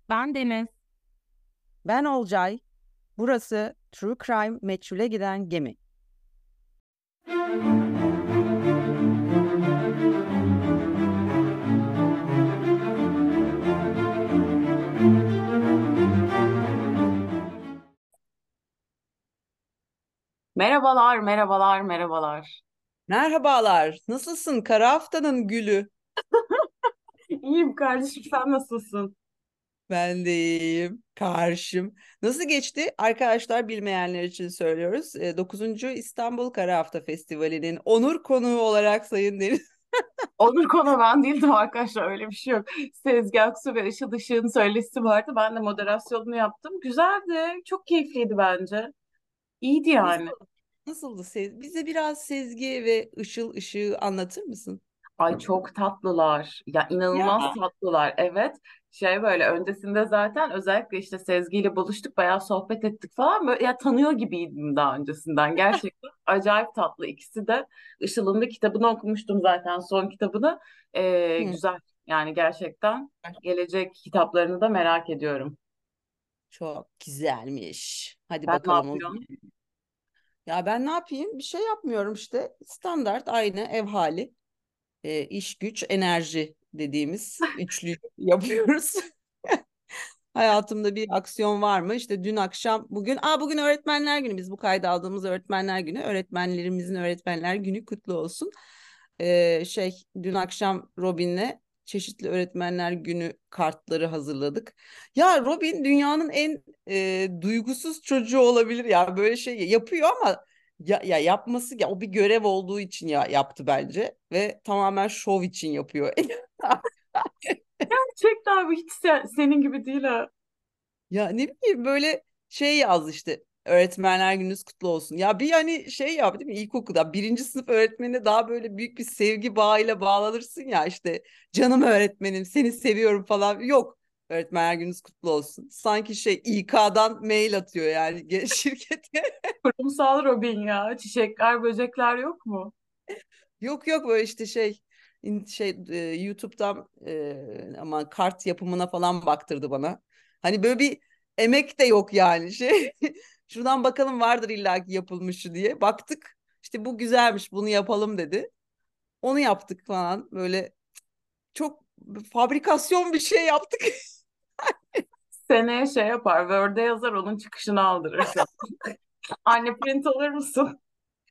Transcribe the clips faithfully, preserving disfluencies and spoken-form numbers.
Ben Deniz. Ben Olcay. Burası True Crime Meçhule Giden Gemi. Merhabalar, merhabalar, merhabalar. Merhabalar. Nasılsın kara haftanın gülü? İyiyim kardeşim, sen nasılsın? Ben de iyiyim. Karşım. Nasıl geçti? Arkadaşlar bilmeyenler için söylüyoruz. E, dokuzuncu İstanbul Kara Hafta Festivali'nin onur konuğu olarak Sayın Deniz. Onur konu ben değildim arkadaşlar, öyle bir şey yok. Sezgi Aksu ve Işıl Işık'ın söyleşisi vardı. Ben de moderasyonunu yaptım. Güzeldi, çok keyifliydi bence. İyiydi Nasıl, yani. nasıldı? Sez- Bize biraz Sezgi ve Işıl Işık'ı anlatır mısın? Ay çok tatlılar. Ya Ya. inanılmaz tatlılar. Evet. Şey böyle öncesinde zaten özellikle işte Sezgi ile buluştuk. Bayağı sohbet ettik falan. Böyle, ya tanıyor gibiydim daha öncesinden. Gerçekten acayip tatlı ikisi de. Işıl'ın da kitabını okumuştum zaten. Son kitabını. Ee, Hı. güzel. Yani gerçekten gelecek kitaplarını da merak ediyorum. Çok güzelmiş. Hadi Sen ne bakalım o. yapıyorsun? Ya ben ne yapayım? Bir şey yapmıyorum işte. Standart aynı ev hali. E, iş güç enerji dediğimiz üçlü yapıyoruz. Hayatımda bir aksiyon var mı? İşte dün akşam bugün aa bugün öğretmenler günü. Biz bu kaydı aldığımız öğretmenler günü. Öğretmenlerimizin öğretmenler günü kutlu olsun. Ee, şey dün akşam Robin'le çeşitli öğretmenler günü kartları hazırladık. Ya Robin dünyanın en e, duygusuz çocuğu olabilir ya. Böyle şey yapıyor ama ya, ya yapması ya o bir görev olduğu için ya yaptı bence ve tamamen şov için yapıyor. Gerçekten abi hiç se- senin gibi değil ha. Ya ne bileyim böyle şey yaz işte öğretmenler gününüz kutlu olsun. Ya bir hani şey yap değil mi ilkokulda birinci sınıf öğretmenine daha böyle büyük bir sevgi bağıyla bağlanırsın ya işte canım öğretmenim seni seviyorum falan. Yok, öğretmenler gününüz kutlu olsun. Sanki şey İK'dan mail atıyor yani ge- şirkete. Kurumsal Robin ya. Çiçekler, böcekler yok mu? Yok yok böyle işte şey in- şey e, YouTube'dan e, ama kart yapımına falan baktırdı bana. Hani böyle bir emek de yok yani şey. Şuradan bakalım vardır illaki yapılmışı diye. Baktık işte bu güzelmiş bunu yapalım dedi. Onu yaptık falan böyle çok fabrikasyon bir şey yaptık. Seneye şey yapar, Word'e yazar, onun çıkışını aldırırsa. Anne print alır mısın?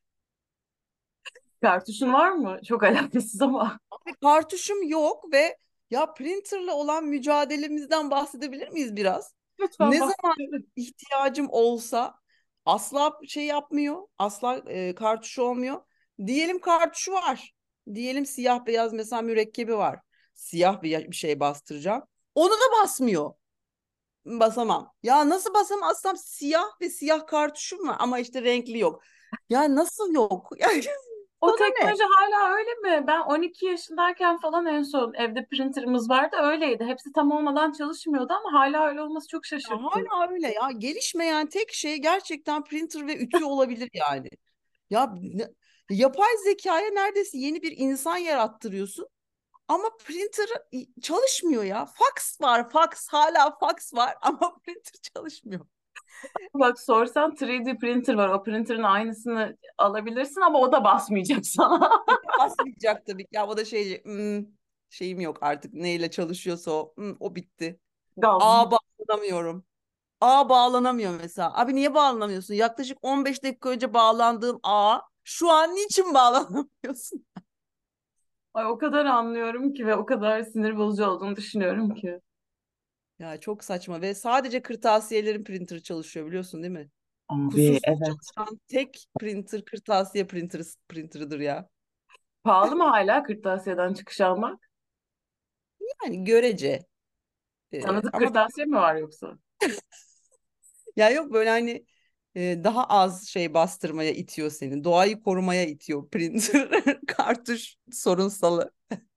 Kartuşun var mı? Çok alakasız ama. Kartuşum yok ve ya printerle olan mücadelemizden bahsedebilir miyiz biraz? Lütfen Ne zaman bahsedelim. ihtiyacım olsa asla şey yapmıyor, asla e, kartuşu olmuyor. Diyelim kartuşu var. Diyelim siyah beyaz mesela mürekkebi var. Siyah bir, bir şey bastıracağım. Onu da basmıyor. Basamam. Ya nasıl basamazsam siyah ve siyah kartuşum var ama işte renkli yok. Ya nasıl yok? Yani O konu ne? teknoloji hala öyle mi? Ben on iki yaşındayken falan en son evde printerımız vardı, öyleydi. Hepsi tam olmadan çalışmıyordu ama hala öyle olması çok Ya şaşırttı. hala öyle ya. Gelişmeyen tek şey gerçekten printer ve ütü olabilir yani. Ya ne- yapay zekaya neredeyse yeni bir insan yarattırıyorsun ama printer çalışmıyor ya. Fax var, fax hala fax var ama printer çalışmıyor. Bak sorsan üç D printer var. O printerın aynısını alabilirsin ama o da basmayacak sana. Basmayacak tabii ki. Ya o da şey "Hmm, şeyim yok artık neyle çalışıyorsa o, Hmm, o bitti. Gaz. A bağlanamıyorum. A bağlanamıyor mesela. Abi niye bağlanamıyorsun? Yaklaşık on beş dakika önce bağlandığın A şu an niçin bağlanamıyorsun? Ay, o kadar anlıyorum ki ve o kadar sinir bozucu olduğunu düşünüyorum ki. Ya çok saçma ve sadece kırtasiyelerin printerı çalışıyor biliyorsun değil mi? Abi Kusursuz evet. çalışan tek printer kırtasiye printer printerıdır ya. Pahalı mı hala kırtasiyeden çıkış almak? Yani görece. Ee, Tanıdık ama ben- kırtasiye mi var yoksa? ya yok böyle hani e, daha az şey bastırmaya itiyor seni. Doğayı korumaya itiyor printer kartuş sorunsalı.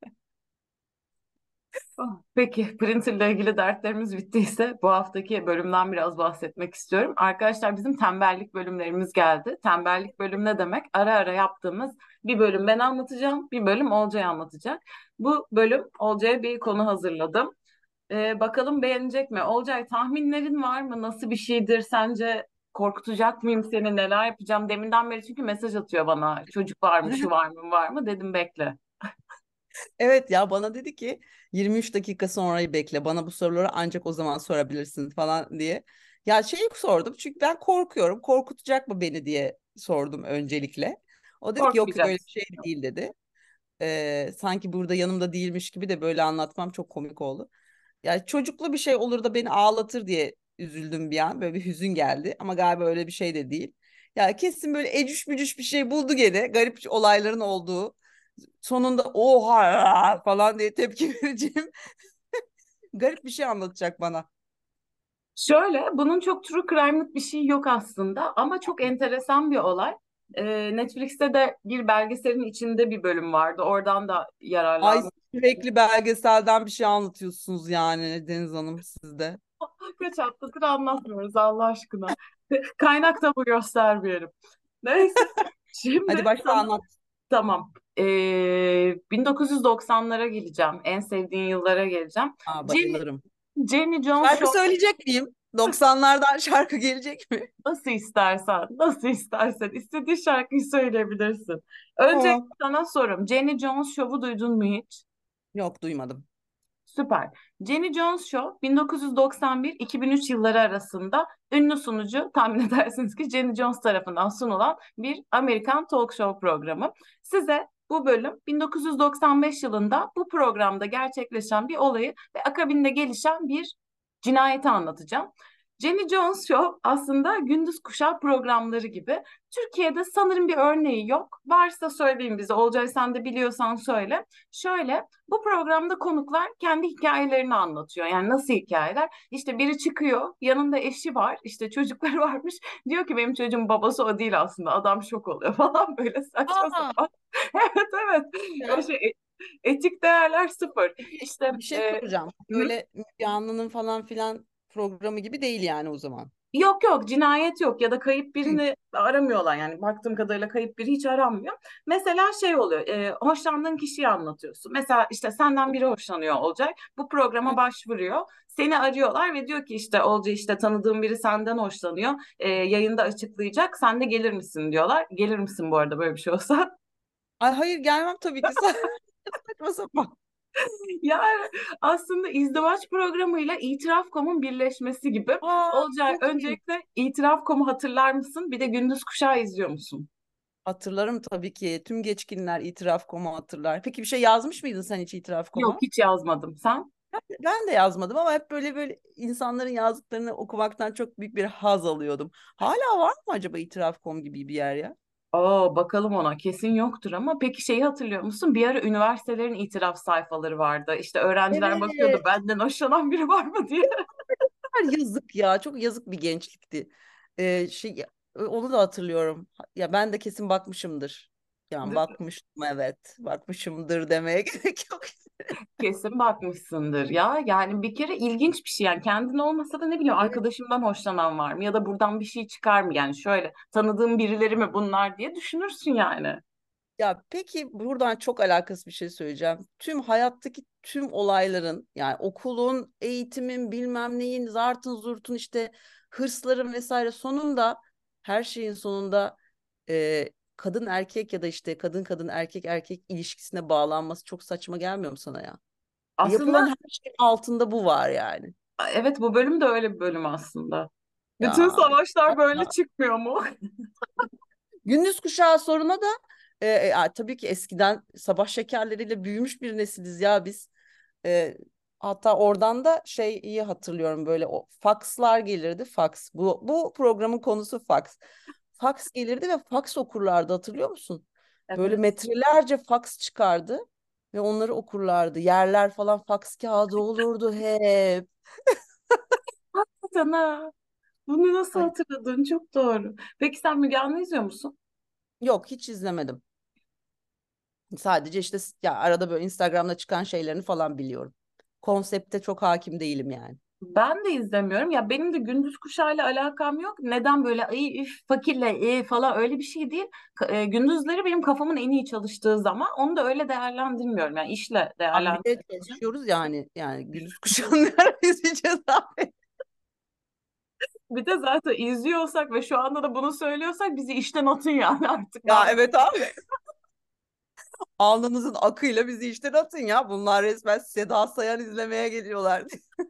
Oh, peki printerle ilgili dertlerimiz bittiyse bu haftaki bölümden biraz bahsetmek istiyorum. Arkadaşlar bizim tembellik bölümlerimiz geldi. Tembellik bölüm ne demek? Ara ara yaptığımız bir bölüm ben anlatacağım, bir bölüm Olcay anlatacak. Bu bölüm Olcay'a bir konu hazırladım. Ee, bakalım beğenecek mi? Olcay, tahminlerin var mı? Nasıl bir şeydir sence? Korkutacak mıyım seni? Neler yapacağım? Deminden beri çünkü mesaj atıyor bana. Çocuk var mı? Şu var mı? Var mı? Dedim bekle. Evet ya, bana dedi ki yirmi üç dakika sonrayı bekle, bana bu soruları ancak o zaman sorabilirsin falan diye. Ya şeyi sordum çünkü ben korkuyorum, korkutacak mı beni diye sordum öncelikle. O dedi ki yok yok, öyle bir Korkmayacaksın. şey değil dedi. Ee, sanki burada yanımda değilmiş gibi de böyle anlatmam çok komik oldu. Ya çocuklu bir şey olur da beni ağlatır diye üzüldüm bir an, böyle bir hüzün geldi ama galiba öyle bir şey de değil. Ya kesin böyle ecüş bücüş bir şey buldu gene, garip olayların olduğu, sonunda oha falan diye tepki vereceğim garip bir şey anlatacak bana. Şöyle, bunun çok true crime'lık bir şey yok aslında ama çok enteresan bir olay. Ee, Netflix'te de bir belgeselin içinde bir bölüm vardı. Oradan da Ay, yararlandım. sürekli belgeselden bir şey anlatıyorsunuz yani Deniz Hanım, siz de. Kaç haftadır anlatmıyoruz Allah aşkına. Kaynak da bu, göstermeyelim. Neyse, şimdi Hadi başla sana anlat. tamam. Ee, bin dokuz yüz doksanlara geleceğim. En sevdiğin yıllara geleceğim. Aa, Jenny, bayılırım. Jenny Jones Şarkı Show. söyleyecek miyim? doksanlardan şarkı gelecek mi? Nasıl istersen, nasıl istersen istediğin şarkıyı söyleyebilirsin. Önce Tamam. sana sorum. Jenny Jones Show'u duydun mu hiç? Yok, duymadım. Süper. Jenny Jones Show bin dokuz yüz doksan bir iki bin üç yılları arasında ünlü sunucu, tahmin edersiniz ki Jenny Jones tarafından sunulan bir Amerikan talk show programı. Size bu bölüm bin dokuz yüz doksan beş yılında bu programda gerçekleşen bir olayı ve akabinde gelişen bir cinayeti anlatacağım. Jenny Jones Show aslında gündüz kuşağı programları gibi. Türkiye'de sanırım bir örneği yok. Varsa söyleyin bize. Olcay, sen de biliyorsan söyle. Şöyle, bu programda konuklar kendi hikayelerini anlatıyor. Yani nasıl hikayeler? İşte biri çıkıyor, yanında eşi var, işte çocukları varmış. Diyor ki benim çocuğum babası o değil aslında. Adam şok oluyor falan, böyle saçma Aa, sapan. Evet, evet. O ya. şey, e- etik değerler sıfır. Peki, İşte bir şey e, soracağım. hı? Böyle Müge Anlı'nın falan filan programı gibi değil yani o zaman. Yok yok, cinayet yok ya da kayıp Hı. birini aramıyorlar, yani baktığım kadarıyla kayıp biri hiç aranmıyor. Mesela şey oluyor, e, hoşlandığın kişiyi anlatıyorsun. Mesela işte senden biri hoşlanıyor olacak, bu programa başvuruyor, seni arıyorlar ve diyor ki işte Olcay, işte tanıdığım biri senden hoşlanıyor, E, yayında açıklayacak, sen de gelir misin diyorlar. Gelir misin bu arada böyle bir şey olsa? Ay hayır, gelmem tabii ki. Saçma sapan. Yani aslında izdivaç programıyla İtiraf nokta com'un birleşmesi gibi. Aa, Olcay, çok iyi. öncelikle İtiraf nokta com'u hatırlar mısın? Bir de Gündüz Kuşağı izliyor musun? Hatırlarım tabii ki. Tüm geçkinler itiraf koma hatırlar. Peki bir şey yazmış mıydın sen hiç itiraf Yok, koma? hiç yazmadım. Sen? Ben de yazmadım ama hep böyle böyle insanların yazdıklarını okumaktan çok büyük bir haz alıyordum. Hala var mı acaba itiraf nokta com gibi bir yer ya? Aa, bakalım ona. Kesin yoktur ama peki şeyi hatırlıyor musun? Bir ara üniversitelerin itiraf sayfaları vardı. İşte öğrenciler bakıyordu, Evet. benden hoşlanan biri var mı diye. Her yazık ya. Çok yazık bir gençlikti. Ee, şey onu da hatırlıyorum. Ya ben de kesin bakmışımdır. Yani Değil mi? bakmıştım, evet. Bakmışımdır demeye gerek yok. Kesin bakmışsındır ya. Yani bir kere ilginç bir şey. Yani kendin olmasa da ne bileyim, Evet. arkadaşımdan hoşlanan var mı? Ya da buradan bir şey çıkar mı? Yani şöyle tanıdığım birileri mi bunlar diye düşünürsün yani. Ya peki, buradan çok alakasız bir şey söyleyeceğim. Tüm hayattaki tüm olayların, yani okulun, eğitimin, bilmem neyin, zartın zurtun, işte hırsların vesaire, sonunda, her şeyin sonunda e, kadın erkek ya da işte kadın kadın erkek erkek ilişkisine bağlanması çok saçma gelmiyor mu sana ya? Yapılan Aslında her şeyin altında bu var yani. evet, bu bölüm de öyle bir bölüm aslında. Bütün Ya, savaşlar böyle ya. çıkmıyor mu? Gündüz kuşağı soruna da e, e, ya, tabii ki eskiden sabah şekerleriyle büyümüş bir nesiliz ya biz. E, Hatta oradan da şey iyi hatırlıyorum, böyle o fakslar gelirdi, fax. Bu, bu programın konusu fax. Fax gelirdi ve fax okurlardı, hatırlıyor musun? Böyle Evet. metrelerce fax çıkardı ve onları okurlardı. Yerler falan fax kağıdı olurdu hep. Hakikaten ha. Bunu nasıl Ay, hatırladın? Çok doğru. Peki sen Müge Anlı izliyor musun? yok, hiç izlemedim. Sadece işte s- ya arada böyle Instagram'da çıkan şeylerini falan biliyorum. Konsepte çok hakim değilim yani. Ben de izlemiyorum. Ya benim de gündüz kuşağıyla alakam yok. Neden böyle ay üf fakirle e, falan öyle bir şey değil. Ka- e, gündüzleri benim kafamın en iyi çalıştığı zaman onu da öyle değerlendirmiyorum. Yani işle Abi bir de değerlendirdiğim için. çalışıyoruz yani. Yani gündüz kuşanları izleyeceğiz abi. Bir de zaten izliyorsak ve şu anda da bunu söylüyorsak bizi işten atın yani artık. Ne Ya yap- evet abi. Alnınızın akıyla bizi işten atın ya. Bunlar resmen Seda Sayan izlemeye geliyorlar.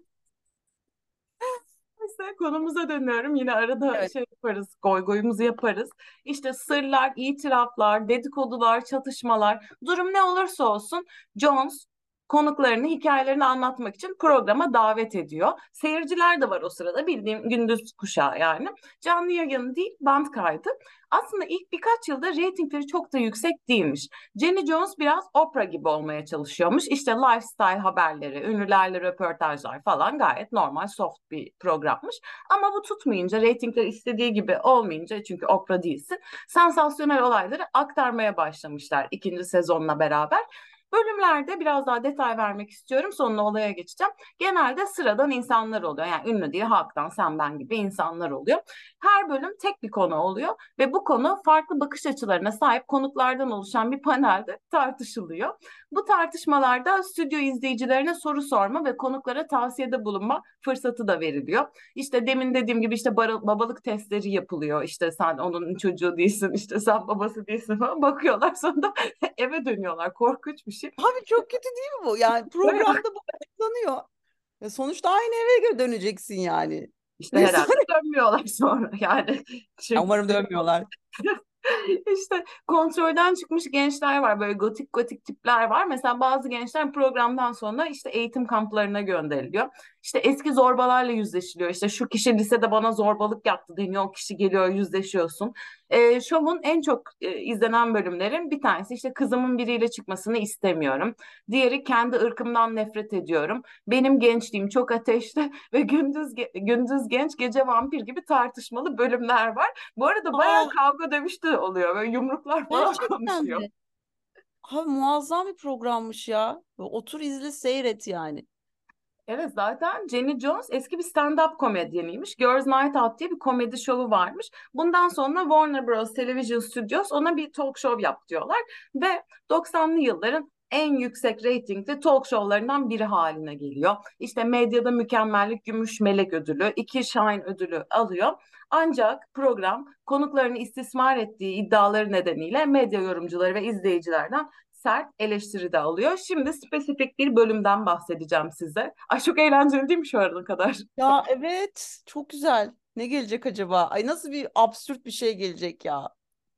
Neyse konumuza dönüyorum. Yine arada Evet. şey yaparız, goy goyumuzu yaparız. İşte sırlar, itiraflar, dedikodular, çatışmalar, durum ne olursa olsun Jones konuklarını, hikayelerini anlatmak için programa davet ediyor. Seyirciler de var o sırada bildiğim gündüz kuşağı yani. Canlı yayın değil, band kaydı. Aslında ilk birkaç yılda reytingleri çok da yüksek değilmiş. Jenny Jones biraz Oprah gibi olmaya çalışıyormuş. İşte lifestyle haberleri, ünlülerle röportajlar falan gayet normal soft bir programmış. Ama bu tutmayınca, reytingler istediği gibi olmayınca çünkü Oprah değilsin, sansasyonel olayları aktarmaya başlamışlar ikinci sezonla beraber. Bölümlerde biraz daha detay vermek istiyorum. Sonra olaya geçeceğim. Genelde sıradan insanlar oluyor. Yani ünlü değil, halktan sen ben gibi insanlar oluyor. Her bölüm tek bir konu oluyor ve bu konu farklı bakış açılarına sahip konuklardan oluşan bir panelde tartışılıyor. Bu tartışmalarda stüdyo izleyicilerine soru sorma ve konuklara tavsiyede bulunma fırsatı da veriliyor. İşte demin dediğim gibi işte babalık testleri yapılıyor. İşte sen onun çocuğu değilsin, işte sen babası değilsin falan bakıyorlar sonra da eve dönüyorlar. Korkunç bir şey. Abi çok kötü değil mi bu? Yani programda bu açıklanıyor. Ya sonuçta aynı eve geri döneceksin yani. İşte Ne herhalde sonra? dönmüyorlar sonra yani. Çünkü Umarım dönmüyorlar. İşte kontrolden çıkmış gençler var. Böyle gotik gotik tipler var. Mesela bazı gençler programdan sonra işte eğitim kamplarına gönderiliyor. İşte eski zorbalarla yüzleşiliyor. İşte şu kişi lisede bana zorbalık yaptı deniyor. O kişi geliyor yüzleşiyorsun. Ee, şovun en çok e, izlenen bölümlerin bir tanesi işte kızımın biriyle çıkmasını istemiyorum. Diğeri kendi ırkımdan nefret ediyorum. Benim gençliğim çok ateşli ve gündüz ge- gündüz genç gece vampir gibi tartışmalı bölümler var. Bu arada bayağı Aa, kavga dövüş de oluyor. Böyle yumruklar falan gerçekten konuşuyor. mi? Abi muazzam bir programmış ya. Otur izle seyret yani. Evet zaten Jenny Jones eski bir stand-up komedyeniymiş. Girls Night Out diye bir komedi şovu varmış. Bundan sonra Warner Bros. Television Studios ona bir talk show yap diyorlar. Ve doksanlı yılların en yüksek reytingli talk show'larından biri haline geliyor. İşte medyada mükemmellik gümüş melek ödülü, iki Shine ödülü alıyor. Ancak program konuklarını istismar ettiği iddiaları nedeniyle medya yorumcuları ve izleyicilerden sert eleştiri de alıyor. Şimdi spesifik bir bölümden bahsedeceğim size. Ay çok eğlenceli değil mi şu ana kadar? Ya evet, çok güzel. Ne gelecek acaba? Ay nasıl bir absürt bir şey gelecek ya.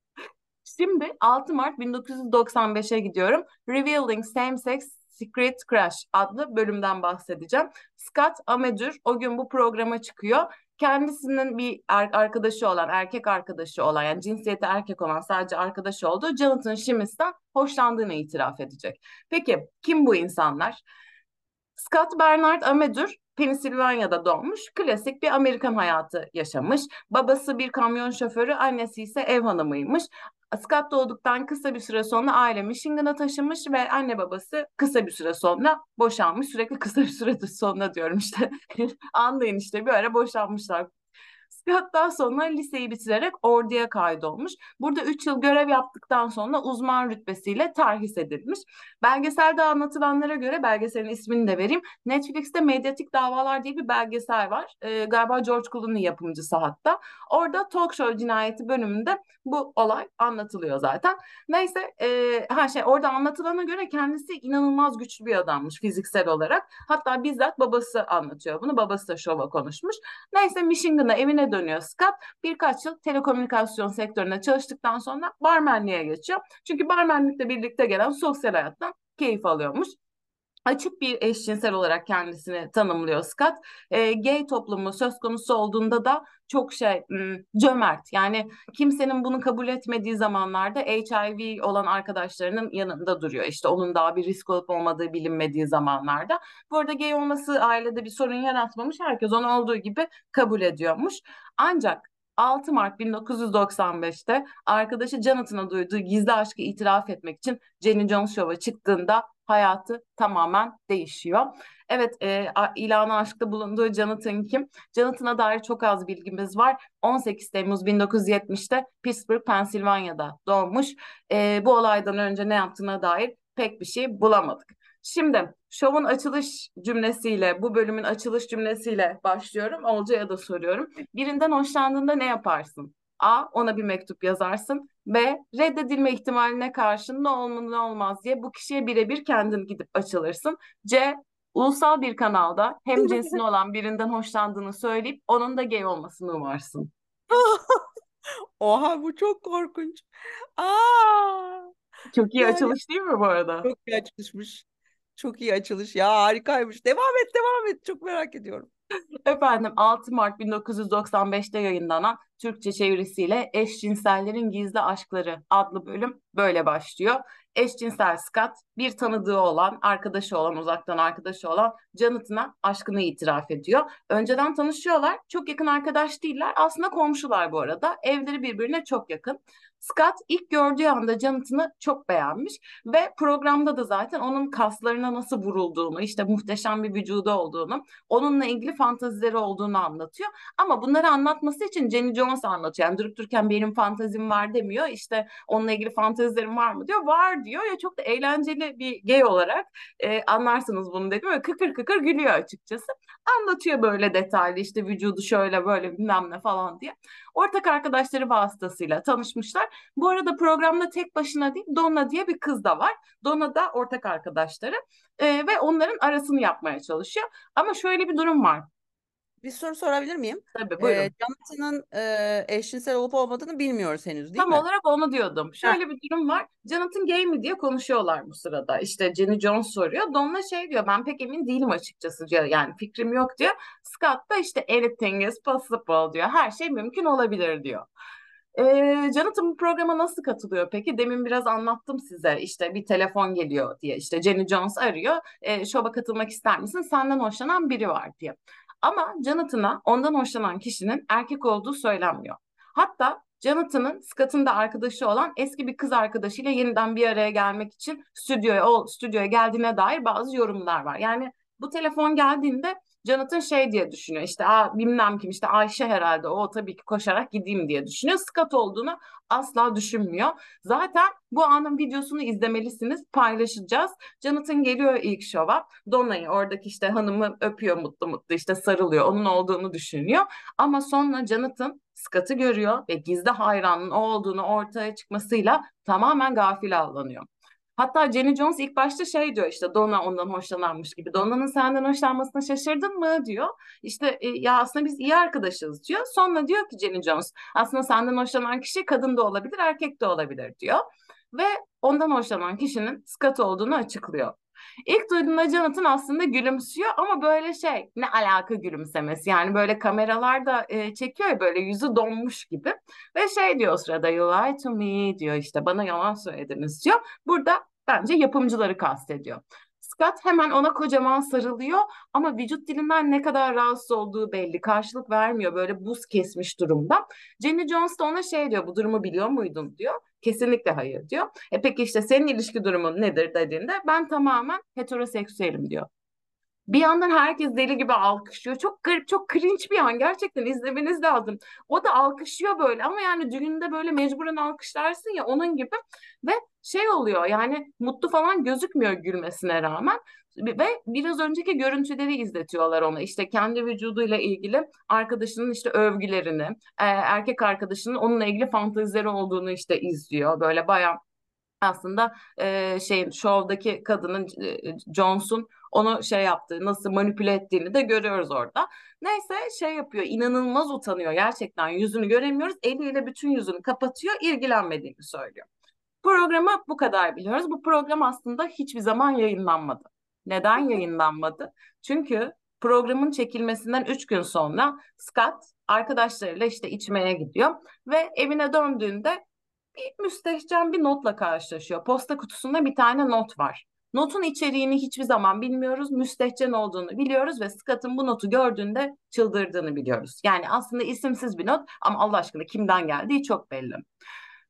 Şimdi altı Mart bin dokuz yüz doksan beşe gidiyorum. Revealing Same-Sex Secret Crush adlı bölümden bahsedeceğim. Scott Amedur o gün bu programa çıkıyor. Kendisinin bir er- arkadaşı olan, erkek arkadaşı olan yani cinsiyeti erkek olan sadece arkadaşı olduğu Jonathan Shimis'ten hoşlandığını itiraf edecek. Peki kim bu insanlar? Scott Bernard Amedur Pensilvanya'da doğmuş. Klasik bir Amerikan hayatı yaşamış. Babası bir kamyon şoförü, annesi ise ev hanımıymış. Scott doğduktan kısa bir süre sonra aile Michigan'a taşınmış ve anne babası kısa bir süre sonra boşanmış. Sürekli kısa bir süre sonra diyorum işte. Anlayın işte bir ara boşanmışlar. Scott daha sonra liseyi bitirerek orduya kaydolmuş. Burada üç yıl görev yaptıktan sonra uzman rütbesiyle terhis edilmiş. Belgeselde anlatılanlara göre belgeselin ismini de vereyim. Netflix'te Medyatik Davalar diye bir belgesel var. Ee, galiba George Clooney yapımcısı hatta. Orada Talk Show Cinayeti bölümünde bu olay anlatılıyor zaten. Neyse e, her şey orada anlatılana göre kendisi inanılmaz güçlü bir adammış fiziksel olarak. Hatta bizzat babası anlatıyor bunu. Babası da şova konuşmuş. Neyse Michigan'a evine dönüyor Scott. Birkaç yıl telekomünikasyon sektöründe çalıştıktan sonra barmenliğe geçiyor. Çünkü barmenlikle birlikte gelen sosyal hayattan keyif alıyormuş. Açık bir eşcinsel olarak kendisini tanımlıyor Scott. E, gay toplumu söz konusu olduğunda da çok şey hmm, cömert. Yani kimsenin bunu kabul etmediği zamanlarda H I V olan arkadaşlarının yanında duruyor. İşte onun daha bir risk olup olmadığı bilinmediği zamanlarda. Bu arada gay olması ailede bir sorun yaratmamış. Herkes onu olduğu gibi kabul ediyormuş. Ancak altı Mart bin dokuz yüz doksan beşte arkadaşı Jonathan'a duyduğu gizli aşkı itiraf etmek için Jenny Jones Show'a çıktığında hayatı tamamen değişiyor. Evet, e, a- ilana aşkta bulunduğu Jonathan kim? Jonathan'a dair çok az bilgimiz var. on sekiz Temmuz bin dokuz yüz yetmişte Pittsburgh, Pensilvanya'da doğmuş. E, bu olaydan önce ne yaptığına dair pek bir şey bulamadık. Şimdi şovun açılış cümlesiyle, bu bölümün açılış cümlesiyle başlıyorum. Olcay'a da soruyorum. Birinden hoşlandığında ne yaparsın? A. Ona bir mektup yazarsın. B. Reddedilme ihtimaline karşın ne olur ne olmaz diye bu kişiye birebir kendin gidip açılırsın. C. Ulusal bir kanalda hem cinsine olan birinden hoşlandığını söyleyip onun da gay olmasını umarsın. Oha, bu çok korkunç. Aa, Çok iyi yani açılış değil mi bu arada? çok iyi açılışmış. Çok iyi açılış. Ya harikaymış. Devam et, devam et. Çok merak ediyorum. Efendim, altı Mart bin dokuz yüz doksan beşte yayınlanan Türkçe çevirisiyle Eşcinsellerin Gizli Aşkları adlı bölüm böyle başlıyor. Eşcinsel Scott bir tanıdığı olan, arkadaşı olan, uzaktan arkadaşı olan Jonathan'a aşkını itiraf ediyor. Önceden tanışıyorlar. Çok yakın arkadaş değiller. Aslında komşular bu arada. Evleri birbirine çok yakın. Scott ilk gördüğü anda Jonathan'ı çok beğenmiş ve programda da zaten onun kaslarına nasıl vurulduğunu, işte muhteşem bir vücudu olduğunu, onunla ilgili fantazileri olduğunu anlatıyor. Ama bunları anlatması için Jenny Jones anlatıyor. Yani durup dururken benim fantazim var demiyor. İşte onunla ilgili fantazilerim var mı diyor. Var diyor. Ya çok da eğlenceli bir gay olarak e, anlarsınız bunu dedim. Ve kıkır kıkır gülüyor açıkçası. Anlatıyor böyle detaylı, işte vücudu şöyle böyle bilmem ne falan diye. Ortak arkadaşları vasıtasıyla tanışmışlar. Bu arada programda tek başına değil, Donna diye bir kız da var. Donna da ortak arkadaşları. E, ve onların arasını yapmaya çalışıyor. Ama şöyle bir durum var. Bir soru sorabilir miyim? Tabii, Ee, buyurun. Jonathan'ın e, eşcinsel olup olmadığını bilmiyoruz henüz, değil Tam mi? olarak onu diyordum. Heh. Şöyle bir durum var. Jonathan gay mi diye konuşuyorlar bu sırada. İşte Jenny Jones soruyor. Donna şey diyor, ben pek emin değilim açıkçası diyor. Yani fikrim yok diyor. Scott da işte anything is possible diyor. Her şey mümkün olabilir diyor. Ee, Jonathan bu programa nasıl katılıyor peki? Demin biraz anlattım size. İşte bir telefon geliyor diye. İşte Jenny Jones arıyor. E, şova katılmak ister misin? Senden hoşlanan biri var diye. Ama Jonathan'a ondan hoşlanan kişinin erkek olduğu söylenmiyor. Hatta Jonathan'ın Scott'ın da arkadaşı olan eski bir kız arkadaşıyla yeniden bir araya gelmek için stüdyoya o stüdyoya geldiğine dair bazı yorumlar var. Yani bu telefon geldiğinde Jonathan şey diye düşünüyor, işte Aa, bilmem kim, işte Ayşe herhalde, o tabii ki koşarak gideyim diye düşünüyor. Scott olduğunu asla düşünmüyor. Zaten bu anın videosunu izlemelisiniz, paylaşacağız. Jonathan geliyor ilk şova. Donna'yı, oradaki işte hanımı öpüyor, mutlu mutlu işte sarılıyor. Onun olduğunu düşünüyor. Ama sonra Jonathan Scott'ı görüyor ve gizli hayranının o olduğunu ortaya çıkmasıyla tamamen gafil avlanıyor. Hatta Jenny Jones ilk başta şey diyor, işte Donna ondan hoşlananmış gibi. Donna'nın senden hoşlanmasına şaşırdın mı diyor. İşte e, ya aslında biz iyi arkadaşız diyor. Sonra diyor ki Jenny Jones, aslında senden hoşlanan kişi kadın da olabilir, erkek de olabilir diyor. Ve ondan hoşlanan kişinin Scott olduğunu açıklıyor. İlk duyduğunda Jonathan aslında gülümsüyor ama böyle şey, ne alaka gülümsemesi, yani böyle kameralarda e, çekiyor ya, böyle yüzü donmuş gibi ve şey diyor o sırada, you lied to me diyor, işte bana yalan söylediniz diyor. Burada bence yapımcıları kastediyor. Scott hemen ona kocaman sarılıyor ama vücut dilinden ne kadar rahatsız olduğu belli. Karşılık vermiyor, böyle buz kesmiş durumda. Jenny Jones da ona şey diyor, bu durumu biliyor muydun diyor. Kesinlikle hayır diyor. E peki işte senin ilişki durumun nedir dediğinde, ben tamamen heteroseksüelim diyor. Bir yandan herkes deli gibi alkışlıyor. Çok garip, çok cringe bir an. Gerçekten izlemeniz lazım. O da alkışlıyor böyle ama yani düğünde böyle mecburen alkışlarsın ya, onun gibi. Ve şey oluyor, yani mutlu falan gözükmüyor gülmesine rağmen. Ve biraz önceki görüntüleri izletiyorlar ona. İşte kendi vücuduyla ilgili arkadaşının işte övgülerini, e, erkek arkadaşının onunla ilgili fantezileri olduğunu işte izliyor. Böyle bayağı aslında e, şeyin, şovdaki kadının, e, Jones'un onu şey yaptığı, nasıl manipüle ettiğini de görüyoruz orada. Neyse şey yapıyor, inanılmaz utanıyor gerçekten, yüzünü göremiyoruz, eliyle bütün yüzünü kapatıyor, ilgilenmediğini söylüyor. Programı bu kadar biliyoruz. Bu program aslında hiçbir zaman yayınlanmadı. Neden yayınlanmadı? Çünkü programın çekilmesinden üç gün sonra Scott arkadaşlarıyla işte içmeye gidiyor ve evine döndüğünde bir müstehcen bir notla karşılaşıyor. Posta kutusunda bir tane not var. Notun içeriğini hiçbir zaman bilmiyoruz. Müstehcen olduğunu biliyoruz ve Scott'ın bu notu gördüğünde çıldırdığını biliyoruz. Yani aslında isimsiz bir not ama Allah aşkına kimden geldiği çok belli.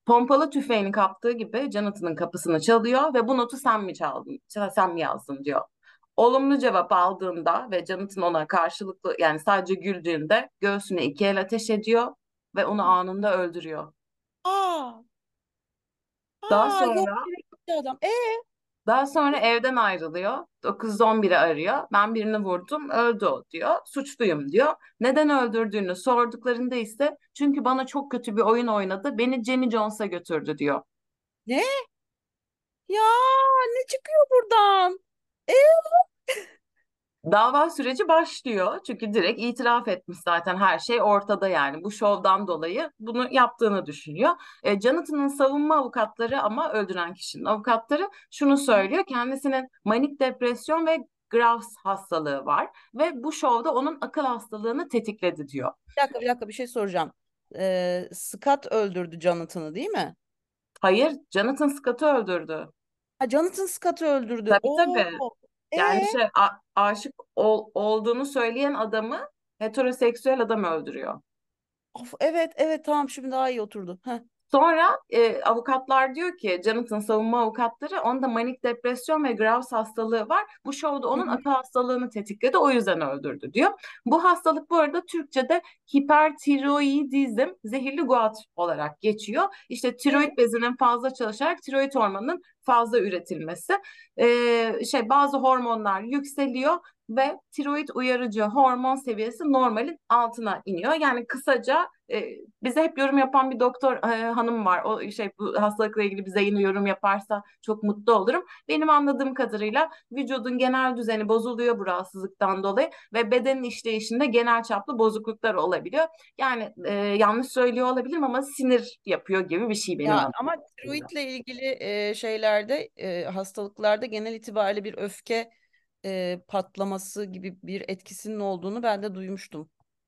Pompalı tüfeğini kaptığı gibi Jonathan'ın kapısını çalıyor ve bu notu sen mi çaldın, sen mi yazdın diyor. Olumlu cevap aldığında ve Jonathan ona karşılıklı yani sadece güldüğünde göğsüne iki el ateş ediyor ve onu anında öldürüyor. Aa, Daha aa yok sonra bir adam. E daha sonra evden ayrılıyor. dokuz yüz on biri arıyor. Ben birini vurdum, öldü o diyor. Suçluyum diyor. Neden öldürdüğünü sorduklarında ise çünkü bana çok kötü bir oyun oynadı, beni Jenny Jones'a götürdü diyor. ne? Ya ne çıkıyor buradan? E Dava süreci başlıyor. Çünkü direkt itiraf etmiş zaten her şey ortada yani. Bu şovdan dolayı bunu yaptığını düşünüyor. E, Jonathan'ın savunma avukatları ama öldüren kişinin avukatları şunu söylüyor. Kendisinin manik depresyon ve Graves hastalığı var ve bu şovda onun akıl hastalığını tetikledi diyor. bir dakika bir dakika bir şey soracağım. Ee, Scott öldürdü Jonathan'ı değil mi? Hayır, Jonathan Scott'ı öldürdü. Ha, Jonathan Scott'ı öldürdü. Tabii Oo. tabii. E Yani şey a- aşık ol- olduğunu söyleyen adamı heteroseksüel adam öldürüyor. of, evet evet tamam şimdi daha iyi oturdu. Heh. Sonra e, avukatlar diyor ki Jonathan savunma avukatları onda manik depresyon ve Graves hastalığı var. Bu şovda Hı onun hı. akıl hastalığını tetikledi o yüzden öldürdü diyor. Bu hastalık bu arada Türkçe'de hipertiroidizm, zehirli guat olarak geçiyor. İşte E, tiroid bezinin fazla çalışarak tiroid hormonunun fazla üretilmesi. E, şey bazı hormonlar yükseliyor ve tiroid uyarıcı hormon seviyesi normalin altına iniyor. Yani kısaca e, bize hep yorum yapan bir doktor e, hanım var. O şey bu hastalıkla ilgili bize yine yorum yaparsa çok mutlu olurum. Benim anladığım kadarıyla vücudun genel düzeni bozuluyor bu rahatsızlıktan dolayı ve bedenin işleyişinde genel çaplı bozukluklar olabiliyor. Yani e, yanlış söylüyor olabilirim ama sinir yapıyor gibi bir şey benim ya anladığım ama kadarıyla. tiroidle ilgili e, şeylerde e, hastalıklarda genel itibariyle bir öfke e, patlaması gibi bir etkisinin olduğunu ben de duymuştum.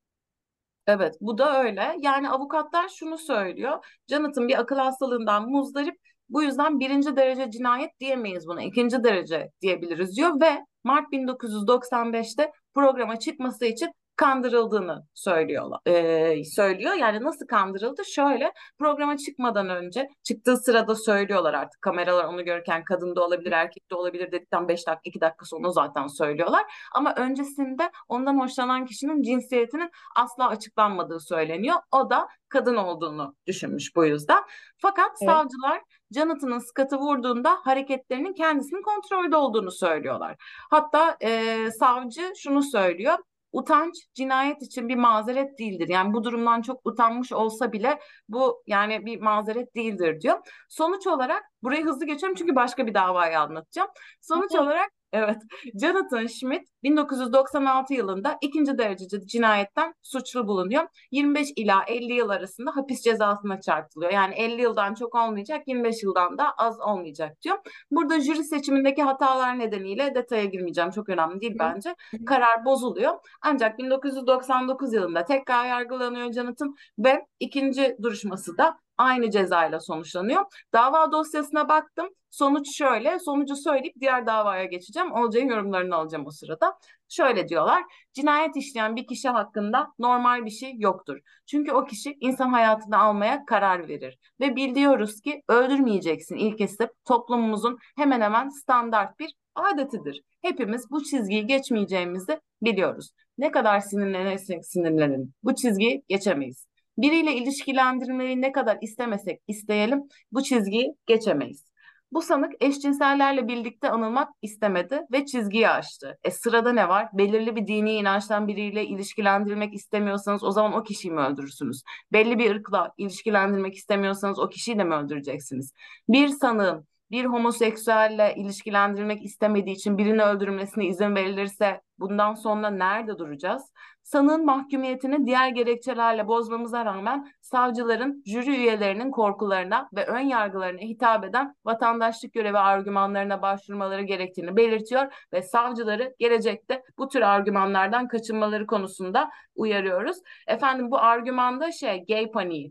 Evet, bu da öyle. Yani avukatlar şunu söylüyor. Jonathan bir akıl hastalığından muzdarip. Bu yüzden birinci derece cinayet diyemeyiz buna. İkinci derece diyebiliriz diyor ve Mart bin dokuz yüz doksan beşte programa çıkması için kandırıldığını söylüyorlar. Ee, söylüyor. Yani nasıl kandırıldı? Şöyle programa çıkmadan önce çıktığı sırada söylüyorlar artık. Kameralar onu görürken kadın da olabilir, erkek de olabilir dedikten beş dakika, iki dakika sonra zaten söylüyorlar. Ama öncesinde ondan hoşlanan kişinin cinsiyetinin asla açıklanmadığı söyleniyor. O da kadın olduğunu düşünmüş bu yüzden. Fakat Evet. savcılar Jonathan'ın Scott'ı vurduğunda hareketlerinin kendisinin kontrolde olduğunu söylüyorlar. Hatta e, savcı şunu söylüyor. Utanç cinayet için bir mazeret değildir. Yani bu durumdan çok utanmış olsa bile bu yani bir mazeret değildir diyor. Sonuç olarak burayı hızlı geçiyorum çünkü başka bir davayı anlatacağım. Sonuç Olur. olarak evet Jonathan Schmidt bin dokuz yüz doksan altı yılında ikinci derece cinayetten suçlu bulunuyor. yirmi beş ila elli yıl arasında hapis cezasına çarptırılıyor. Yani elli yıldan çok olmayacak, yirmi beş yıldan da az olmayacak diyor. Burada jüri seçimindeki hatalar nedeniyle detaya girmeyeceğim. Çok önemli değil Hı bence. hı. Karar bozuluyor. Ancak bin dokuz yüz doksan dokuz yılında tekrar yargılanıyor Jonathan ve ikinci duruşması da aynı cezayla sonuçlanıyor. Dava dosyasına baktım. Sonuç şöyle. Sonucu söyleyip diğer davaya geçeceğim. Olcay'ın yorumlarını alacağım o sırada. Şöyle diyorlar. Cinayet işleyen bir kişi hakkında normal bir şey yoktur. Çünkü o kişi insan hayatını almaya karar verir. Ve biliyoruz ki öldürmeyeceksin ilkesi toplumumuzun hemen hemen standart bir adetidir. Hepimiz bu çizgiyi geçmeyeceğimizi biliyoruz. Ne kadar sinirlenirsek sinirlenin bu çizgiyi geçemeyiz. Biriyle ilişkilendirmeyi ne kadar istemesek isteyelim bu çizgiyi geçemeyiz. Bu sanık eşcinsellerle birlikte anılmak istemedi ve çizgiyi aştı. E sırada ne var? Belirli bir dini inançtan biriyle ilişkilendirmek istemiyorsanız o zaman o kişiyi mi öldürürsünüz? Belli bir ırkla ilişkilendirmek istemiyorsanız o kişiyi de mi öldüreceksiniz? Bir sanığın bir homoseksüelle ilişkilendirmek istemediği için birini öldürülmesine izin verilirse bundan sonra nerede duracağız? Sanığın mahkumiyetini diğer gerekçelerle bozmamıza rağmen savcıların jüri üyelerinin korkularına ve ön yargılarına hitap eden vatandaşlık görevi argümanlarına başvurmaları gerektiğini belirtiyor ve savcıları gelecekte bu tür argümanlardan kaçınmaları konusunda uyarıyoruz. Efendim bu argümanda şey gay paniği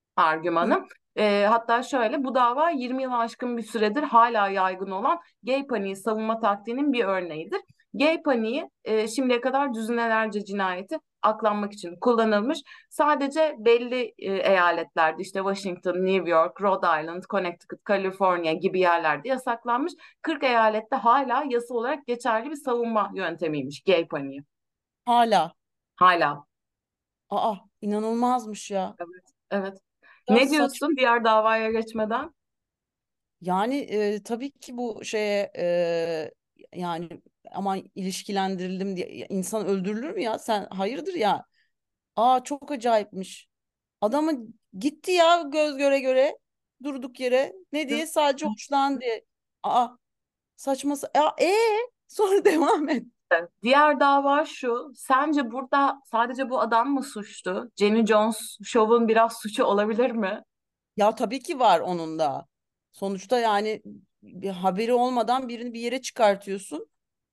Hı argümanı. E, hatta şöyle bu dava yirmi yıl aşkın bir süredir hala yaygın olan gay paniği savunma taktiğinin bir örneğidir. Gay paniği e, şimdiye kadar düzinelerce cinayeti aklanmak için kullanılmış. Sadece belli e, eyaletlerde işte Washington, New York, Rhode Island, Connecticut, California gibi yerlerde yasaklanmış. kırk eyalette hala yasa olarak geçerli bir savunma yöntemiymiş gay paniği. Hala. Hala. Aa, inanılmazmış ya. Evet. Evet. Ya Ne saçma. diyorsun diğer davaya geçmeden? Yani e, tabii ki bu şeye e, yani aman ilişkilendirildim diye ya insan öldürülür mü ya? Sen hayırdır ya? Aa, çok acayipmiş. Adamı gitti ya göz göre göre durduk yere. Ne diye? Sadece hoşlan diye. Aa, saçma. sa- Ya, e sonra devam et. Diğer dava şu. Sence burada sadece bu adam mı suçlu? Jenny Jones şovun biraz suçu olabilir mi? Ya tabii ki var onun da. Sonuçta yani bir haberi olmadan birini bir yere çıkartıyorsun.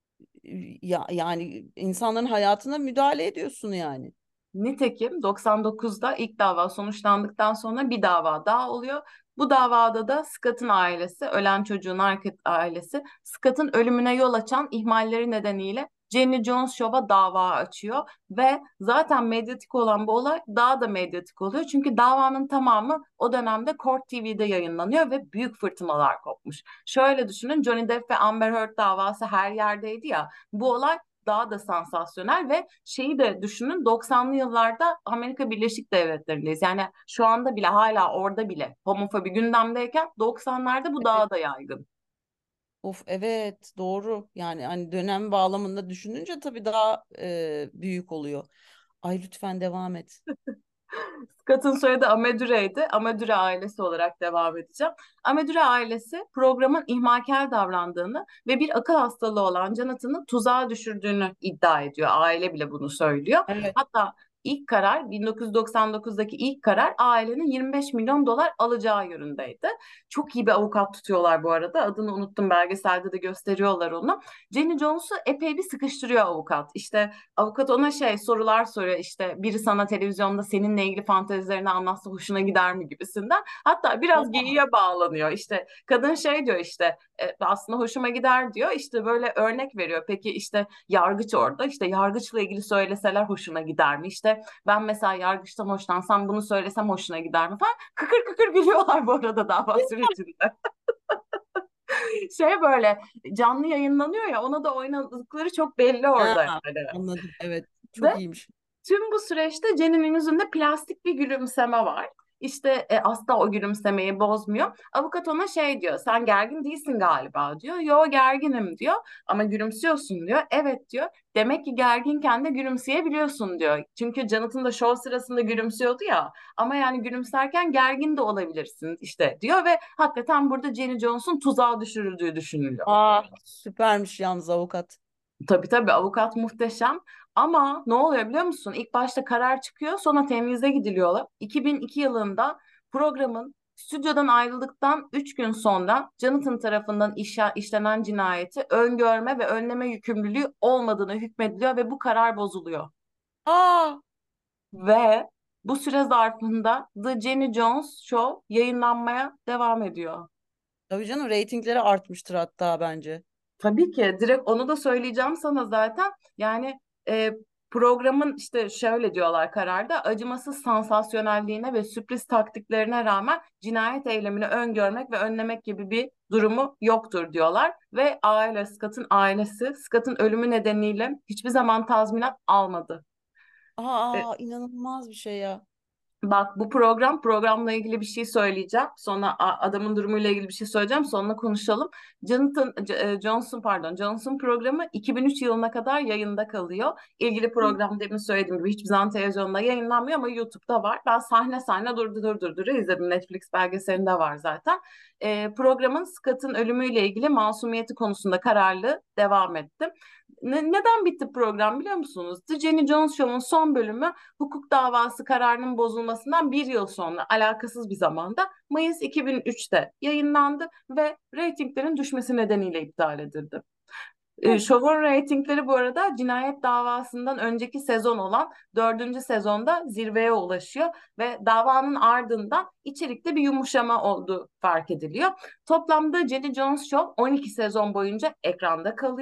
Ya yani insanların hayatına müdahale ediyorsun yani. Nitekim doksan dokuzda ilk dava sonuçlandıktan sonra bir dava daha oluyor. Bu davada da Scott'ın ailesi, ölen çocuğun arka ailesi, Scott'ın ölümüne yol açan ihmalleri nedeniyle Jenny Jones Show'a dava açıyor ve zaten medyatik olan bu olay daha da medyatik oluyor. Çünkü davanın tamamı o dönemde Court T V'de yayınlanıyor ve büyük fırtınalar kopmuş. Şöyle düşünün, Johnny Depp ve Amber Heard davası her yerdeydi ya. Bu olay daha da sansasyonel ve şeyi de düşünün, doksanlı yıllarda Amerika Birleşik Devletleri'ndeyiz. Yani şu anda bile, hala orada bile homofobi gündemdeyken doksanlarda bu Evet. daha da yaygın. Of, evet, doğru. Yani hani dönem bağlamında düşününce tabii daha e, büyük oluyor. Ay, lütfen devam et. Scott'ın soyadı Amadure'ydi. Amadure ailesi olarak devam edeceğim. Amadure ailesi programın ihmalkar davrandığını ve bir akıl hastalığı olan Jonathan'ı tuzağa düşürdüğünü iddia ediyor. Aile bile bunu söylüyor. Evet. Hatta ilk karar, bin dokuz yüz doksan dokuzdaki ilk karar ailenin yirmi beş milyon dolar alacağı yönündeydi. Çok iyi bir avukat tutuyorlar bu arada. Adını unuttum, belgeselde de gösteriyorlar onu. Jenny Jones'u epey bir sıkıştırıyor avukat. İşte avukat ona şey sorular soruyor, işte biri sana televizyonda seninle ilgili fantezilerini anlatsa hoşuna gider mi gibisinden. Hatta biraz Aa, geyiğe bağlanıyor. İşte kadın şey diyor, işte e, aslında hoşuma gider diyor. İşte böyle örnek veriyor. Peki işte yargıç orada, işte yargıçla ilgili söyleseler hoşuna gider mi? İşte ben mesela yargıçtan hoşlansam bunu söylesem hoşuna gider mi falan. Kıkır kıkır gülüyorlar bu arada dava sürecinde. Şey böyle canlı yayınlanıyor ya, ona da oynadıkları çok belli ha, orada yani. anladım. Evet. Çok Ve iyiymiş. tüm bu süreçte Jenny'nin yüzünde plastik bir gülümseme var. İşte e, asla o gülümsemeyi bozmuyor. Avukat ona şey diyor, sen gergin değilsin galiba diyor. Yo, gerginim diyor, ama gülümsüyorsun diyor. Evet diyor. Demek ki gerginken de gülümseyebiliyorsun diyor. Çünkü Jonathan da şov sırasında gülümsüyordu ya. Ama yani gülümserken gergin de olabilirsin işte diyor ve hakikaten burada Jenny Jones'un tuzağa düşürüldüğü düşünülüyor. Aa, süpermiş yalnız avukat. Tabii tabii, avukat muhteşem, ama ne oluyor biliyor musun? İlk başta karar çıkıyor, sonra temyize gidiliyorlar. iki bin iki yılında programın stüdyodan ayrıldıktan üç gün sonra Jonathan tarafından işe, işlenen cinayeti öngörme ve önleme yükümlülüğü olmadığını hükmediliyor ve bu karar bozuluyor. Aa, Ve bu süre zarfında The Jenny Jones Show yayınlanmaya devam ediyor. tabii canım, reytingleri artmıştır hatta bence. Tabii ki direkt onu da söyleyeceğim sana zaten. Yani e, programın işte şöyle diyorlar kararda, acımasız sansasyonelliğine ve sürpriz taktiklerine rağmen cinayet eylemini öngörmek ve önlemek gibi bir durumu yoktur diyorlar. Ve aile, Scott'ın ailesi Scott'ın ölümü nedeniyle hiçbir zaman tazminat almadı. E, Aa, inanılmaz bir şey ya. Bak, bu program programla ilgili bir şey söyleyeceğim. Sonra a- adamın durumuyla ilgili bir şey söyleyeceğim. Sonra konuşalım. Jonathan C- e, Johnson pardon Johnson programı iki bin üç yılına kadar yayında kalıyor. İlgili Hı. program, demin söylediğim gibi, hiçbir zaman televizyonda yayınlanmıyor ama YouTube'da var. Ben sahne sahne durdur durdur durdur izledim. Netflix belgeselinde var zaten. E, programın Scott'ın ölümüyle ilgili masumiyeti konusunda kararlı devam etti. Ne- neden bitti program biliyor musunuz? The Jenny Jones Show'un son bölümü hukuk davası kararının bozulmasından bir yıl sonra, alakasız bir zamanda, Mayıs iki bin üçte yayınlandı ve reytinglerin düşmesi nedeniyle iptal edildi. E, Of. Şovun reytingleri bu arada cinayet davasından önceki sezon olan dördüncü sezonda zirveye ulaşıyor ve davanın ardından içerikte bir yumuşama olduğu fark ediliyor. Toplamda Jenny Jones Show on iki sezon boyunca ekranda kalıyor.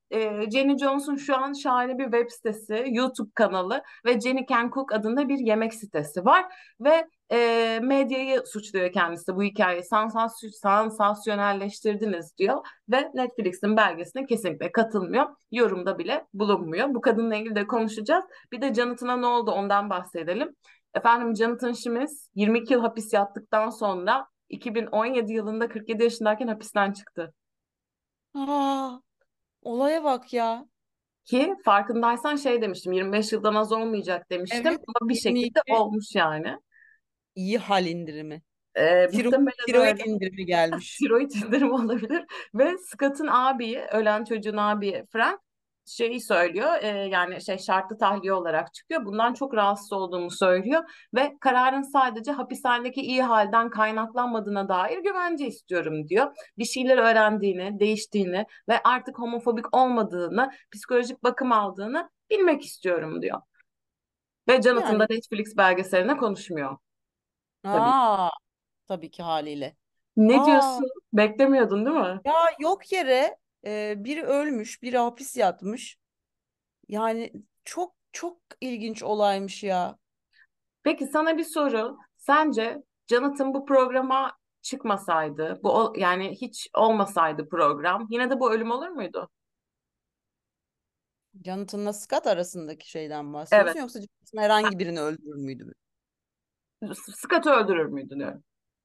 e, Jenny Jones'un şu an şahane bir web sitesi, YouTube kanalı ve Jenny Can Cook adında bir yemek sitesi var ve e, medyayı suçluyor kendisi, bu hikayeyi sansasy sansasyonelleştirdiniz diyor ve Netflix'in belgesine kesinlikle katılmıyor. Yorumda bile bulunmuyor. Bu kadınla ilgili de konuşacağız. Bir de Jonathan'a ne oldu ondan bahsedelim. Efendim, Jonathan Shimes yirmi iki yıl hapis yattıktan sonra iki bin on yedi yılında kırk yedi yaşındayken hapisten çıktı. Aa, olaya bak ya. Ki farkındaysan şey demiştim, yirmi beş yıldan az olmayacak demiştim Evet, ama bir şekilde yirmi iki olmuş yani. iyi hal indirimi. Ee, Tiro, muhtemelen tiroid öyle. indirimi gelmiş. Tiroid indirimi olabilir. Ve Scott'ın abiyi, ölen çocuğun abiyi Frank şeyi söylüyor. E, yani şey, şartlı tahliye olarak çıkıyor. Bundan çok rahatsız olduğunu söylüyor ve kararın sadece hapishanedeki iyi halden kaynaklanmadığına dair güvence istiyorum diyor. Bir şeyler öğrendiğini, değiştiğini ve artık homofobik olmadığını, psikolojik bakım aldığını bilmek istiyorum diyor. Ve Jonathan da Yani Netflix belgeseline konuşmuyor tabii. aa, tabii ki haliyle. Ne Aa, diyorsun? Beklemiyordun değil mi? ya yok yere e, biri ölmüş, biri hapis yatmış. Yani çok çok ilginç olaymış ya. Peki sana bir soru. Sence Jonathan bu programa çıkmasaydı, bu ol- yani hiç olmasaydı program, yine de bu ölüm olur muydu? Jonathan'la Scott arasındaki şeyden Evet. bahsediyorsun yoksa Jonathan herhangi birini öldürür müydü? S- Scott'ı öldürür müydü diyorum.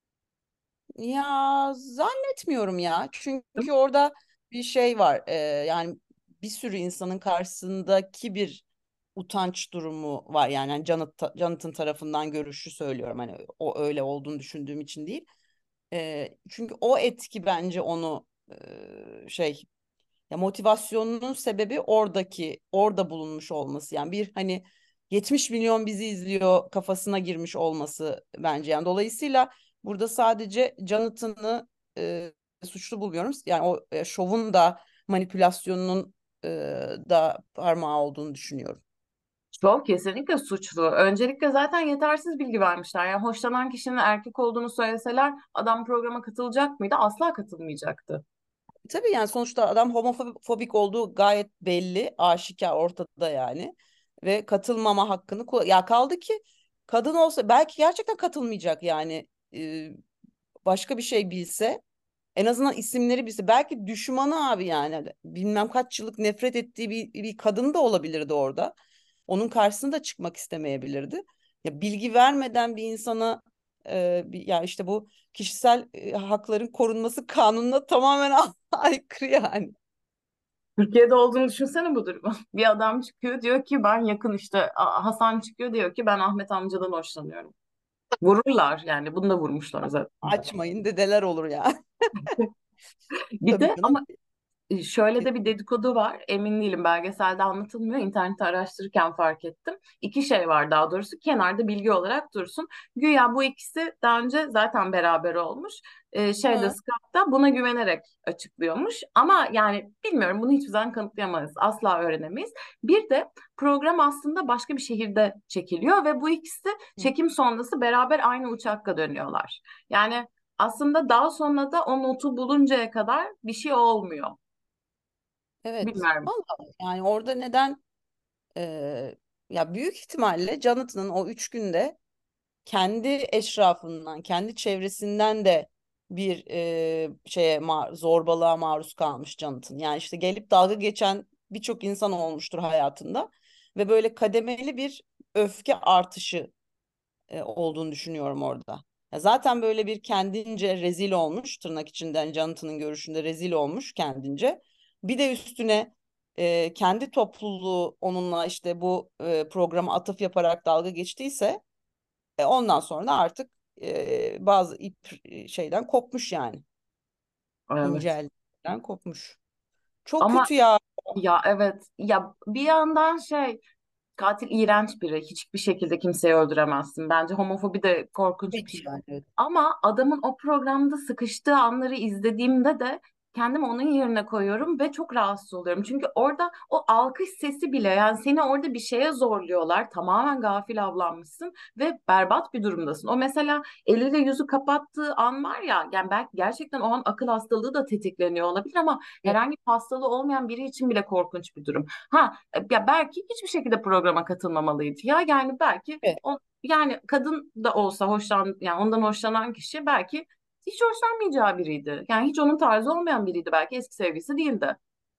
Ya zannetmiyorum ya. Çünkü orada bir şey var. Ee, yani bir sürü insanın karşısındaki bir utanç durumu var. Yani hani Jonathan, Jonathan tarafından görüşü söylüyorum. Hani o öyle olduğunu düşündüğüm için değil. Ee, çünkü o etki bence onu e, şey ya motivasyonunun sebebi oradaki orada bulunmuş olması. Yani bir hani yetmiş milyon bizi izliyor kafasına girmiş olması bence. Yani dolayısıyla burada sadece Jonathan'ı e, suçlu bulmuyorum. Yani o e, şovun da manipülasyonunun e, da parmağı olduğunu düşünüyorum. Çok kesinlikle suçlu. Öncelikle zaten yetersiz bilgi vermişler. Yani hoşlanan kişinin erkek olduğunu söyleseler adam programa katılacak mıydı? Asla katılmayacaktı. Tabii yani sonuçta adam homofobik olduğu gayet belli, aşikar ortada yani. Ve katılmama hakkını kullan- ya kaldı ki kadın olsa belki gerçekten katılmayacak yani. Ee, başka bir şey bilse en azından isimleri bilse belki düşmanı abi yani bilmem kaç yıllık nefret ettiği bir, bir kadın da olabilirdi orada. Onun karşısına da çıkmak istemeyebilirdi. Ya bilgi vermeden bir insana e, bir, ya işte bu kişisel e, hakların korunması kanununa tamamen aykırı yani. Türkiye'de olduğunu düşünsene bu durumu. Bir adam çıkıyor diyor ki ben yakın işte A- Hasan çıkıyor diyor ki ben Ahmet amcadan hoşlanıyorum. Vururlar yani, bunu da vurmuşlar zaten. Açmayın dedeler olur ya. Bir Tabii de canım. ama E, şöyle de bir dedikodu var. Emin değilim. Belgeselde anlatılmıyor. İnternette araştırırken fark ettim. İki şey var daha doğrusu. Kenarda bilgi olarak dursun. Güya bu ikisi daha önce zaten beraber olmuş. Ee, şeyde Ha, Scott'ta buna güvenerek açıklıyormuş. Ama yani bilmiyorum, bunu hiçbir zaman kanıtlayamayız. Asla öğrenemeyiz. Bir de program aslında başka bir şehirde çekiliyor ve bu ikisi çekim sonrası beraber aynı uçakla dönüyorlar. Yani aslında daha sonra da o notu buluncaya kadar bir şey olmuyor. evet. Bilmiyorum. Vallahi yani orada neden e, ya büyük ihtimalle Jonathan'ın o üç günde kendi eşrafından, kendi çevresinden de bir e, şeye ma- zorbalığa maruz kalmış Jonathan. Yani işte gelip dalga geçen birçok insan olmuştur hayatında ve böyle kademeli bir öfke artışı e, olduğunu düşünüyorum orada. Ya zaten böyle bir kendince rezil olmuş tırnak içinden Jonathan'ın görüşünde rezil olmuş kendince. Bir de üstüne e, kendi topluluğu onunla işte bu e, programa atıf yaparak dalga geçtiyse e, ondan sonra artık e, bazı ip e, şeyden kopmuş yani. İnce Evet. elden kopmuş. Çok Ama kötü ya. ya evet, ya bir yandan şey, katil iğrenç biri. Hiçbir şekilde kimseyi öldüremezsin. Bence homofobi de korkunç bir Peki şey. yani. Evet. Ama adamın o programda sıkıştığı anları izlediğimde de kendimi onun yerine koyuyorum ve çok rahatsız oluyorum. Çünkü orada o alkış sesi bile, yani seni orada bir şeye zorluyorlar. Tamamen gafil avlanmışsın ve berbat bir durumdasın. O mesela eliyle yüzü kapattığı an var ya, yani belki gerçekten o an akıl hastalığı da tetikleniyor olabilir ama Evet. herhangi bir hastalığı olmayan biri için bile korkunç bir durum. Ha ya belki hiçbir şekilde programa katılmamalıydı. Ya yani belki Evet. o, yani kadın da olsa hoşlan, yani ondan hoşlanan kişi belki hiç hoşlanmayacağı biriydi. Yani hiç onun tarzı olmayan biriydi, belki eski sevgilisi değildi.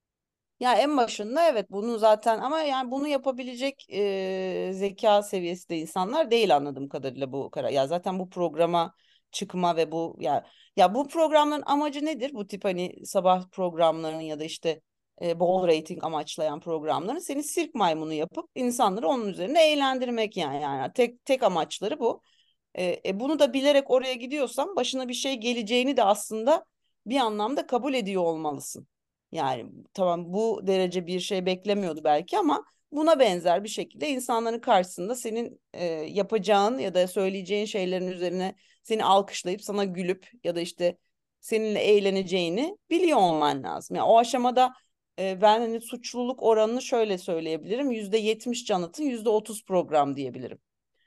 Ya en başında evet bunu zaten, ama yani bunu yapabilecek e, zeka seviyesi de insanlar değil anladığım kadarıyla bu karar. Ya zaten bu programa çıkma ve bu ya ya bu programların amacı nedir? Bu tip hani sabah programlarının ya da işte e, bol rating amaçlayan programların seni sirk maymunu yapıp insanları onun üzerine eğlendirmek yani yani tek tek amaçları bu. E, e, bunu da bilerek oraya gidiyorsan başına bir şey geleceğini de aslında bir anlamda kabul ediyor olmalısın. Yani tamam bu derece bir şey beklemiyordu belki ama buna benzer bir şekilde insanların karşısında senin e, yapacağın ya da söyleyeceğin şeylerin üzerine seni alkışlayıp sana gülüp ya da işte seninle eğleneceğini biliyor olman lazım. Yani o aşamada e, ben hani suçluluk oranını şöyle söyleyebilirim. Yüzde yetmiş Canat'ın yüzde otuz program diyebilirim.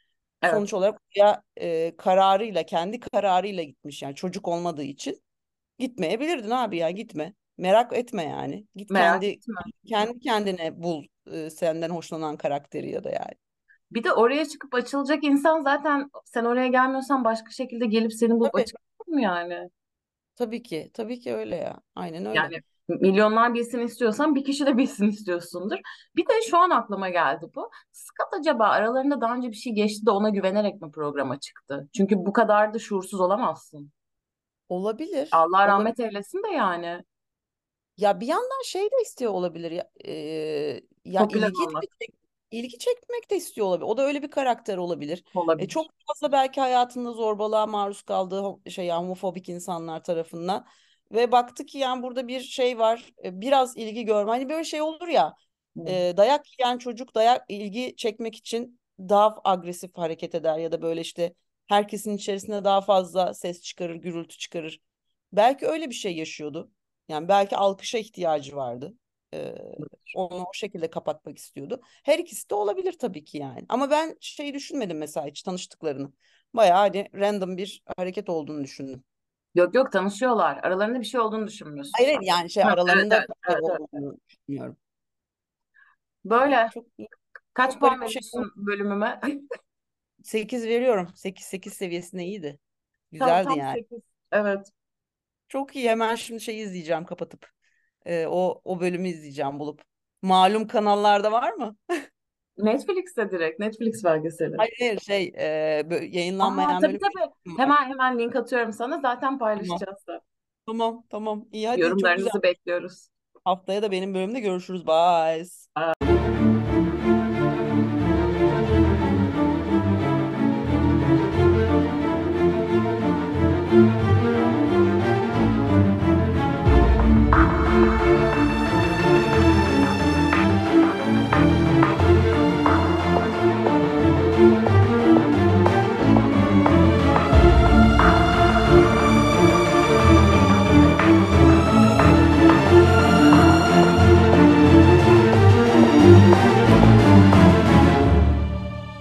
Evet. Sonuç olarak ya e, kararıyla kendi kararıyla gitmiş yani çocuk olmadığı için gitmeyebilirdin abi ya gitme. Merak etme yani. Git Merak kendi etme. kendi kendine bul e, senden hoşlanan karakteri ya da yani. Bir de oraya çıkıp açılacak insan zaten, sen oraya gelmiyorsan başka şekilde gelip seni bulup Tabii. açıklar mı yani? Tabii ki. Tabii ki öyle ya. Aynen öyle. Yani milyonlar bilsin istiyorsan bir kişi de bilsin istiyorsundur. Bir de şu an aklıma geldi bu. Scott acaba aralarında daha önce bir şey geçti de ona güvenerek mi programa çıktı? Çünkü bu kadar da şuursuz olamazsın. Olabilir. Allah Olabilir. rahmet eylesin de yani. Ya bir yandan şey de istiyor olabilir ya, e, ya Popüler ilgi de olmak çek- ilgi çekmek de istiyor olabilir. O da öyle bir karakter olabilir. E, olabilir. çok fazla belki hayatında zorbalığa maruz kaldığı ho- şey ya, homofobik insanlar tarafından ve baktı ki yani burada bir şey var. e, biraz ilgi görme. Hani böyle şey olur ya, Hı. e, dayak yiyen çocuk dayak ilgi çekmek için daha agresif hareket eder ya da böyle işte herkesin içerisinde daha fazla ses çıkarır, gürültü çıkarır. Belki öyle bir şey yaşıyordu. Yani belki alkışa ihtiyacı vardı. Ee, onu o şekilde kapatmak istiyordu. Her ikisi de olabilir tabii ki yani. Ama ben şeyi düşünmedim mesela hiç tanıştıklarını. Bayağı hani random bir hareket olduğunu düşündüm. Yok yok, tanışıyorlar. Aralarında bir şey olduğunu düşünmüyorsun Hayır sen. hayır, yani şey Ha, evet aralarında evet bir şey evet evet. olduğunu düşünüyorum. Yani Böyle. çok Kaç çok puan garip bir şey. veriyorsun bölümüme? sekiz veriyorum. sekiz sekiz seviyesinde iyiydi. Tam Güzeldi tam yani. sekiz. Evet. Çok iyi. Hemen şimdi şey izleyeceğim kapatıp. Ee, o o bölümü izleyeceğim bulup. Malum kanallarda var mı? Netflix'te direkt. Netflix belgeseli. Hayır hayır, şey e, bö- Aa yayınlanmayan tabii bölüm tabii. var. Hemen hemen link atıyorum sana. Zaten Tamam. paylaşacağız da. Tamam. Tamam. İyi hadi çok güzel. Yorumlarınızı bekliyoruz. Haftaya da benim bölümde görüşürüz. Bye.